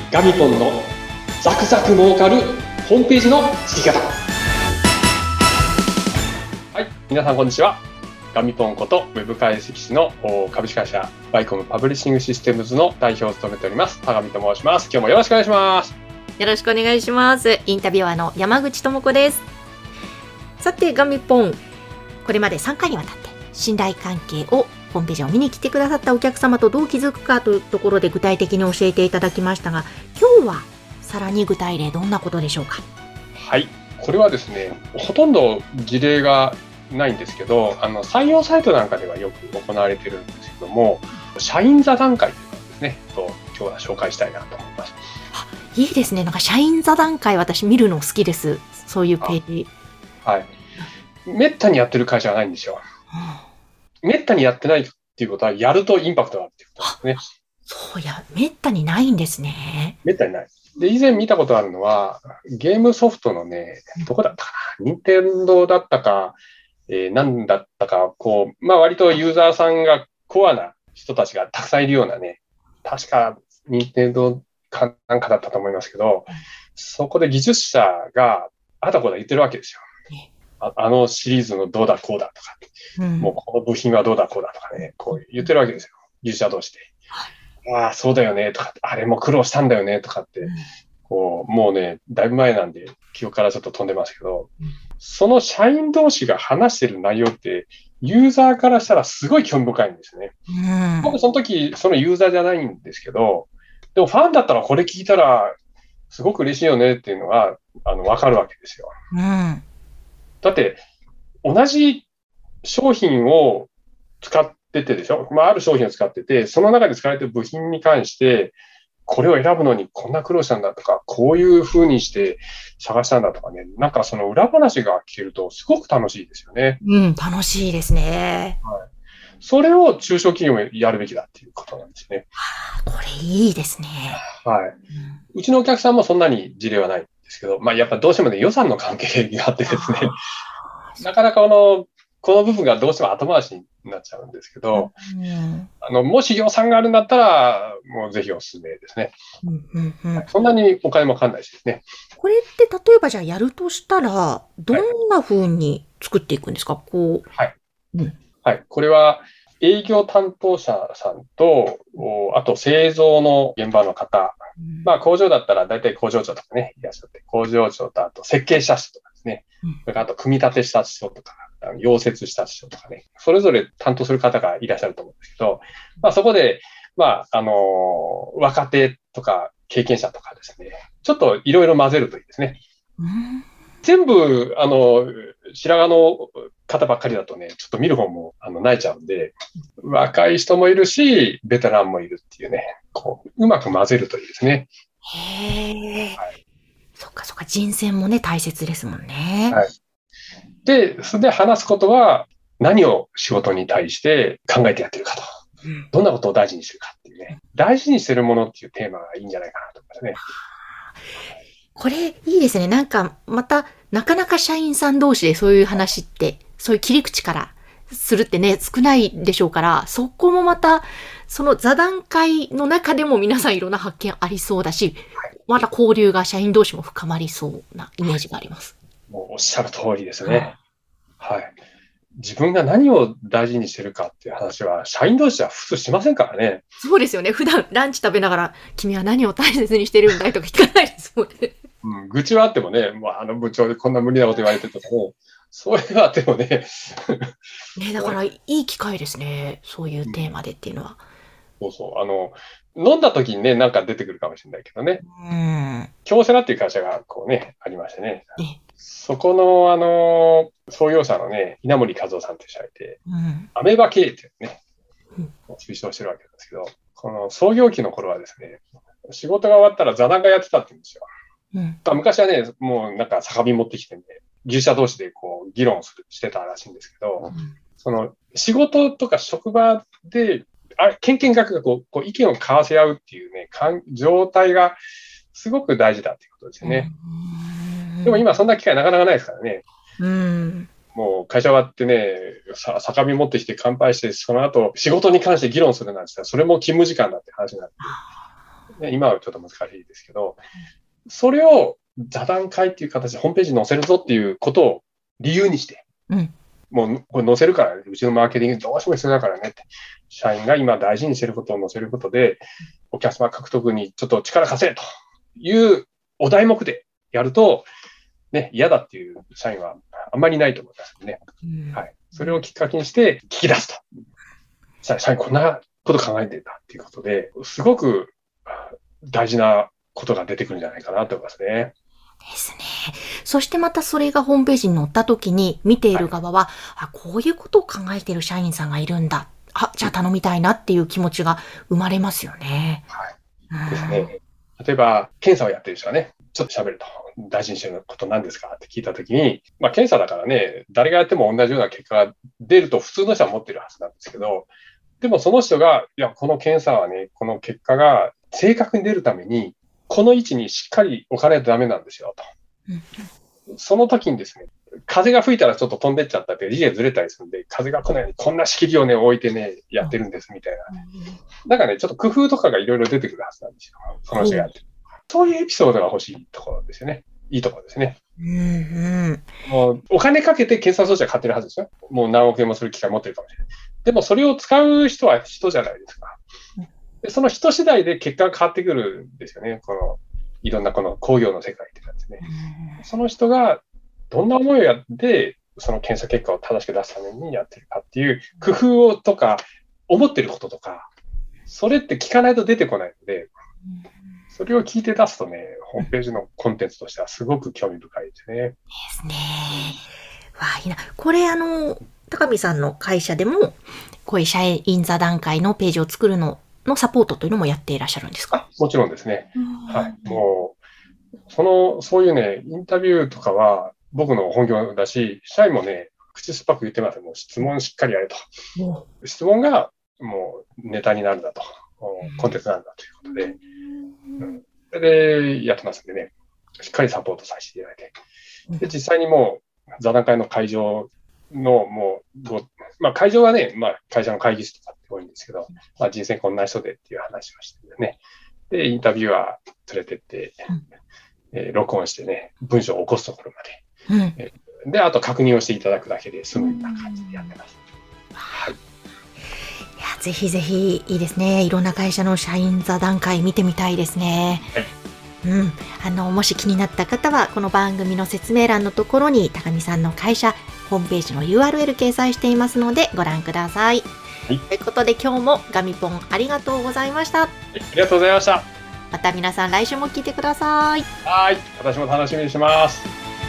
ガミポンのザクザク儲かるホームページの作り方。はい、皆さんこんにちは。ガミポンことウェブ解析士の株式会社バイコムパブリッシングシステムズの代表を務めております田上と申します。今日もよろしくお願いします。 よろしくお願いします。インタビュアーの山口智子です。さてガミポン、これまで3回にわたって信頼関係をホームページを見に来てくださったお客様とどう築くかというところで具体的に教えていただきましたが、今日はさらに具体例どんなことでしょうか？ はい、これはですね、ほとんど事例がないんですけど、採用サイトなんかではよく行われているんですけども、社員座談会というのですね、今日は紹介したいなと思います。 いいですね。なんか社員座談会、私見るの好きです。そういうページ。 はい。めったにやってる会社はないんですよ。めったにやってないっていうことは、やるとインパクトがあるっていうことですね。 そうや、めったにないんですね。 めったにない。で、以前見たことあるのは、ゲームソフトのね、どこだったかな、任天堂だったか、何だったか、割とユーザーさんがコアな人たちがたくさんいるようなね、確か任天堂かなんかだったと思いますけど、そこで技術者があたこだ言ってるわけですよ。あのシリーズのどうだこうだとか、もうこの部品はどうだこうだとかね、こう言ってるわけですよ。技術者同士で。ああ、そうだよねとか、あれも苦労したんだよねとかって、もうね、だいぶ前なんで記憶からちょっと飛んでますけど、その社員同士が話してる内容って、ユーザーからしたらすごい興味深いんですね。僕その時、そのユーザーじゃないんですけど、でもファンだったらこれ聞いたら、すごく嬉しいよねっていうのが、わかるわけですよ。だって、同じ商品を使っててでしょ、ある商品を使ってて、その中で使われている部品に関して、これを選ぶのにこんな苦労したんだとか、こういう風にして探したんだとかね、なんかその裏話が聞けるとすごく楽しいですよね。 楽しいですね。 はい。それを中小企業もやるべきだっていうことなんですね。 これいいですね。 はい。うちのお客さんもそんなに事例はないんですけど、やっぱどうしてもね、予算の関係があってですね、なかなかこの部分がどうしても後回しになっちゃうんですけど、もし予算があるんだったら、もうぜひお勧めですね。そんなにお金もかかんないしですね。 これって例えばじゃあやるとしたら、どんな風に作っていくんですか？ はい。はい。これは営業担当者さんと、あと製造の現場の方、工場だったら大体工場長とかね、いらっしゃって、工場長とあと設計者とかですね、それからあと組み立てした人とか、溶接した人とかね、それぞれ担当する方がいらっしゃると思うんですけど、そこで、若手とか経験者とかですね、ちょっといろいろ混ぜるといいですね。全部、白髪の方ばっかりだとね、ちょっと見る方も泣いちゃうんで、若い人もいるし、ベテランもいるっていうね、うまく混ぜるといいですね。 へー。そっかそっか、人選もね、大切ですもんね。 はい。で、それで話すことは、何を仕事に対して考えてやってるかと。どんなことを大事にするかっていうね。大事にしてるものっていうテーマがいいんじゃないかなと思いますね。 これいいですね。なんか、また、なかなか社員さん同士でそういう話って、そういう切り口からするってね、少ないでしょうから、そこもまた、その座談会の中でも皆さんいろんな発見ありそうだし、また交流が社員同士も深まりそうなイメージがあります。 もうおっしゃる通りですね。はい。自分が何を大事にしてるかっていう話は、社員同士は普通しませんからね。 そうですよね。普段ランチ食べながら、君は何を大切にしてるんだいとか聞かないですもんね。 愚痴はあってもね、部長でこんな無理なこと言われてとかね、そういうのあってもね。 ね、だからいい機会ですね。そういうテーマでっていうのは。 そうそう。飲んだ時にね、なんか出てくるかもしれないけどね。京セラっていう会社がありましてね。そこの、創業者のね、稲森和夫さんという人がいて、アメーバ経営っていうね、推奨してるわけなんですけど、この創業期の頃はですね、仕事が終わったら座談会やってたって言うんですよ。昔はね、もうなんか酒瓶持ってきてね、技術者同士で議論してたらしいんですけど、その仕事とか職場で、けんけんがくが意見を交わせ合うっていうね、状態がすごく大事だっていうことですよね。でも今そんな機会なかなかないですからね。もう会社終わってね、酒瓶持ってきて乾杯して、その後仕事に関して議論するなんて言ったら、それも勤務時間だって話になって。 ね、今はちょっと難しいですけど、それを座談会っていう形でホームページに載せるぞっていうことを理由にして、もうこれ載せるからね、うちのマーケティングどうしても必要だからねって、社員が今大事にしてることを載せることで、お客様獲得にちょっと力貸せというお題目でやると、ね、嫌だっていう社員はあんまりいないと思いますね。はい。それをきっかけにして聞き出すと。社員こんなこと考えてたっていうことで、すごく大事なことが出てくるんじゃないかなと思いますね。 ですね。そしてまたそれがホームページに載った時に見ている側は、こういうことを考えている社員さんがいるんだ。じゃあ頼みたいなっていう気持ちが生まれますよね。 はい。ですね。例えば、検査をやってる人がね、ちょっと喋ると、大事にしてること何ですかって聞いたときに、検査だからね、誰がやっても同じような結果が出ると普通の人は持ってるはずなんですけど、でもその人が、いや、この検査はね、この結果が正確に出るために、この位置にしっかり置かないとダメなんですよ、と。その時にですね、風が吹いたらちょっと飛んでっちゃったって、字がずれたりするんで、風が来ないようにこんな仕切りをね、置いてね、やってるんです、みたいな。なんかね、ちょっと工夫とかがいろいろ出てくるはずなんですよ。その人がやってる。そういうエピソードが欲しいところですよね。いいところですね。もうお金かけて検査装置は買ってるはずですよ。もう何億円もする機会持ってるかもしれない。でもそれを使う人は人じゃないですか。でその人次第で結果が変わってくるんですよね。いろんなこの工業の世界って感じですね。その人がどんな思いをやって、その検査結果を正しく出すためにやってるかっていう工夫をとか、思ってることとか、それって聞かないと出てこないので、それを聞いて出すとね、ホームページのコンテンツとしてはすごく興味深いですね。 ですね。いいな。これ高見さんの会社でも、こういう社員座談会のページを作るのサポートというのもやっていらっしゃるんですか？ もちろんですね。はい。もう、そういうね、インタビューとかは僕の本業だし、社員もね、口酸っぱく言ってます。もう質問しっかりやれと。質問がもうネタになるんだと。コンテンツなんだということで。それでやってますんでね、しっかりサポートさせていただいて。で、実際にもう座談会の会場のもう、会場はね、会社の会議室とかって多いんですけど、人生こんな人でっていう話をしてね。で、インタビュアー連れてって、録音してね、文章を起こすところまで。で、あと確認をしていただくだけで済むような感じでやってます。はい。 ぜひぜひいいですね。いろんな会社の社員座談会見てみたいですね。はい。もし気になった方は、この番組の説明欄のところに、高見さんの会社、ホームページの URL 掲載していますので、ご覧ください。はい、ということで、今日もガミポンありがとうございました。 ありがとうございました。 また皆さん来週も聞いてください。 はい。私も楽しみにしてます。